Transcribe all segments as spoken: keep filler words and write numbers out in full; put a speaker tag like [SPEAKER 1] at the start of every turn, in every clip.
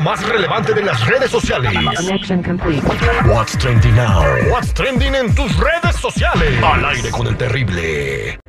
[SPEAKER 1] más relevante de las redes sociales.
[SPEAKER 2] Connection complete.
[SPEAKER 1] What's trending now? What's trending en tus redes sociales. Al aire con el terrible.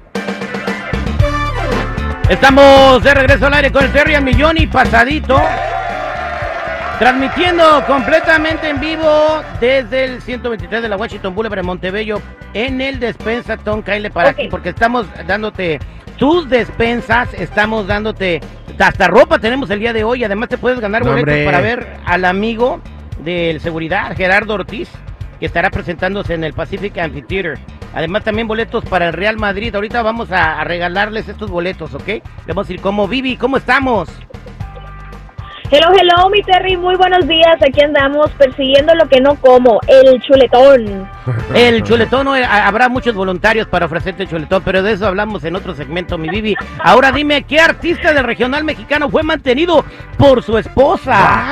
[SPEAKER 3] Estamos de regreso al aire con el Terry al millón y pasadito. Transmitiendo completamente en vivo desde el ciento veintitrés de la Washington Boulevard en Montebello, en el Despensa Tom Kyle para
[SPEAKER 4] okay.
[SPEAKER 3] aquí, porque estamos dándote tus despensas, estamos dándote hasta ropa tenemos el día de hoy. Además te puedes ganar
[SPEAKER 5] no,
[SPEAKER 3] boletos
[SPEAKER 5] hombre.
[SPEAKER 3] para ver al amigo del seguridad, Gerardo Ortiz, que estará presentándose en el Pacific Amphitheater. Además también boletos para el Real Madrid. Ahorita vamos a, a regalarles estos boletos, ¿ok? Vamos a ir como Vivi, ¿cómo estamos?
[SPEAKER 4] Hello, hello, mi Terry, muy buenos días. Aquí andamos persiguiendo lo que no como, el chuletón.
[SPEAKER 3] El chuletón, no, habrá muchos voluntarios para ofrecerte el chuletón, pero de eso hablamos en otro segmento, mi Vivi. Ahora dime, ¿qué artista del regional mexicano fue mantenido por su esposa?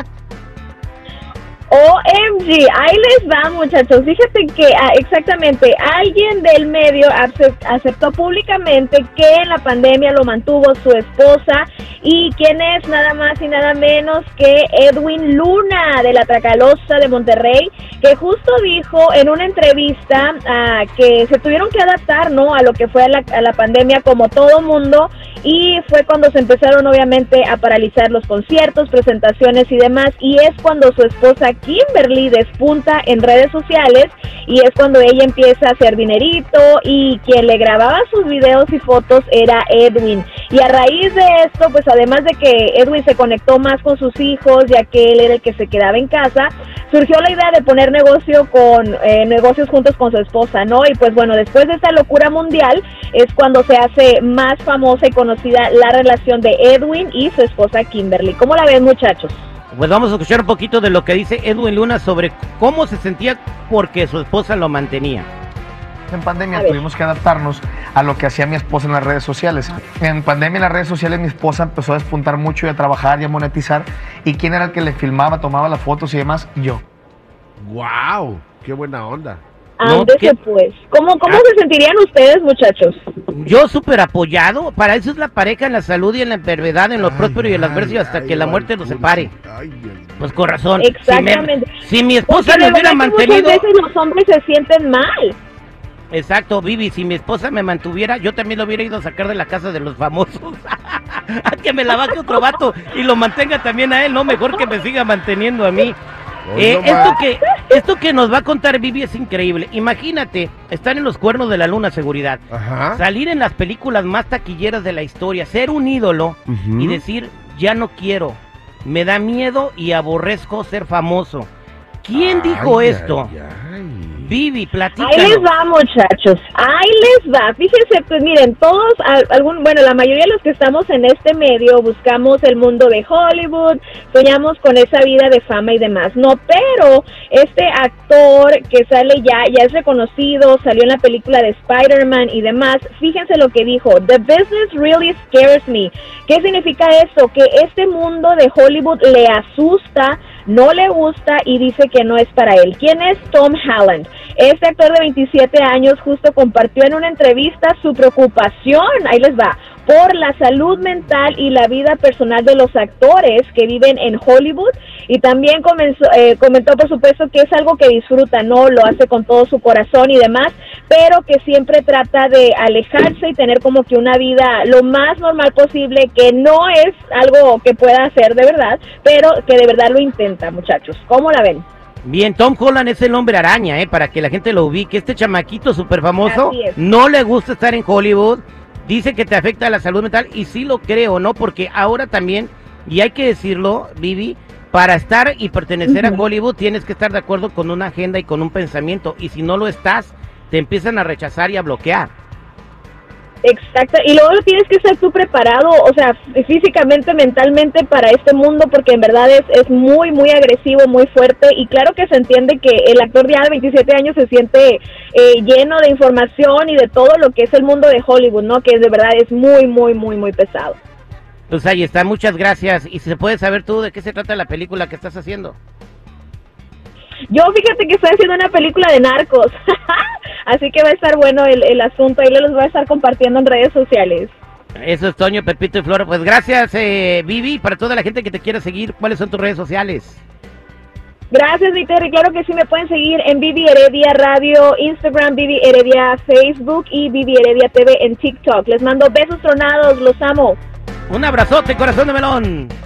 [SPEAKER 4] O M G, ahí les va, muchachos. Fíjate que ah, exactamente alguien del medio aceptó públicamente que en la pandemia lo mantuvo su esposa. ¿Y quién es? Nada más y nada menos que Edwin Luna, de la Tracalosa de Monterrey, que justo dijo en una entrevista uh, que se tuvieron que adaptar, ¿no?, a lo que fue a la, a la pandemia como todo mundo, y fue cuando se empezaron obviamente a paralizar los conciertos, presentaciones y demás, y es cuando su esposa Kimberly despunta en redes sociales, y es cuando ella empieza a hacer dinerito, y quien le grababa sus videos y fotos era Edwin. Y a raíz de esto, pues además de que Edwin se conectó más con sus hijos, ya que él era el que se quedaba en casa, surgió la idea de poner negocio con eh, negocios juntos con su esposa, ¿no? Y pues bueno, después de esta locura mundial es cuando se hace más famosa y conocida la relación de Edwin y su esposa Kimberly. ¿Cómo la ven, muchachos?
[SPEAKER 3] Pues vamos a escuchar un poquito de lo que dice Edwin Luna sobre cómo se sentía porque su esposa lo mantenía.
[SPEAKER 5] En pandemia tuvimos que adaptarnos a lo que hacía mi esposa en las redes sociales. En pandemia en las redes sociales mi esposa empezó a despuntar mucho y a trabajar y a monetizar. ¿Y quién era el que le filmaba, tomaba las fotos y demás? Yo.
[SPEAKER 6] ¡Wow! ¡Qué buena onda!
[SPEAKER 4] Ándese
[SPEAKER 3] no,
[SPEAKER 4] pues. ¿Cómo, cómo
[SPEAKER 3] ah.
[SPEAKER 4] se sentirían ustedes, muchachos?
[SPEAKER 3] Yo súper apoyado. Para eso es la pareja, en la salud y en la enfermedad, en lo ay, próspero y en lo adverso, hasta ay, que la muerte nos separe. Ay, pues con razón.
[SPEAKER 4] Exactamente.
[SPEAKER 3] Si, me, si mi esposa me hubiera mantenido...
[SPEAKER 4] Muchas veces los hombres se sienten mal.
[SPEAKER 3] Exacto, Vivi, si mi esposa me mantuviera, yo también lo hubiera ido a sacar de la casa de los famosos. A que me la baje otro vato y lo mantenga también a él, no, mejor que me siga manteniendo a mí. Eh, esto que esto que nos va a contar Vivi es increíble. Imagínate, estar en los cuernos de la luna, seguridad.
[SPEAKER 6] Ajá.
[SPEAKER 3] Salir en las películas más taquilleras de la historia, ser un ídolo uh-huh. y decir, ya no quiero, me da miedo y aborrezco ser famoso. ¿Quién ay, dijo ay, esto? Ay, ay. Vivi, platícanos.
[SPEAKER 4] Ahí les va, muchachos, ahí les va. Fíjense, pues miren, todos, algún, bueno, la mayoría de los que estamos en este medio buscamos el mundo de Hollywood, soñamos con esa vida de fama y demás, ¿no? Pero este actor que sale ya, ya es reconocido, salió en la película de Spider-Man y demás, fíjense lo que dijo, "The business really scares me". ¿Qué significa eso? Que este mundo de Hollywood le asusta, no le gusta y dice que no es para él. ¿Quién es? Tom Holland. Este actor de veintisiete años justo compartió en una entrevista su preocupación, ahí les va, por la salud mental y la vida personal de los actores que viven en Hollywood, y también comenzó, eh, comentó por supuesto que es algo que disfruta, no lo hace con todo su corazón y demás, pero que siempre trata de alejarse y tener como que una vida lo más normal posible, que no es algo que pueda hacer de verdad, pero que de verdad lo intenta, muchachos. ¿Cómo la ven?
[SPEAKER 3] Bien, Tom Holland es el hombre araña, eh, para que la gente lo ubique. Este chamaquito súper famoso no le gusta estar en Hollywood, dice que te afecta la salud mental, y sí lo creo, ¿no? Porque ahora también, y hay que decirlo, Vivi, para estar y pertenecer uh-huh. a Hollywood tienes que estar de acuerdo con una agenda y con un pensamiento, y si no lo estás, te empiezan a rechazar y a bloquear.
[SPEAKER 4] Exacto, y luego tienes que estar tú preparado, o sea, físicamente, mentalmente para este mundo, porque en verdad es, es muy, muy agresivo, muy fuerte, y claro que se entiende que el actor ya de veintisiete años se siente eh, lleno de información y de todo lo que es el mundo de Hollywood, ¿no? Que de verdad es muy, muy, muy, muy pesado.
[SPEAKER 3] Pues ahí está, muchas gracias. Y si se puede saber tú de qué se trata la película que estás haciendo.
[SPEAKER 4] Yo fíjate que estoy haciendo una película de narcos, así que va a estar bueno el, el asunto, ahí les voy a estar compartiendo en redes sociales.
[SPEAKER 3] Eso es Toño, Pepito y Flora. Pues gracias, eh, Vivi. Para toda la gente que te quiera seguir, ¿cuáles son tus redes sociales?
[SPEAKER 4] Gracias, mi Terry. Claro que sí, me pueden seguir en Vivi Heredia Radio, Instagram, Vivi Heredia Facebook y Vivi Heredia T V en TikTok. Les mando besos tronados, los amo.
[SPEAKER 3] Un abrazote, corazón de melón.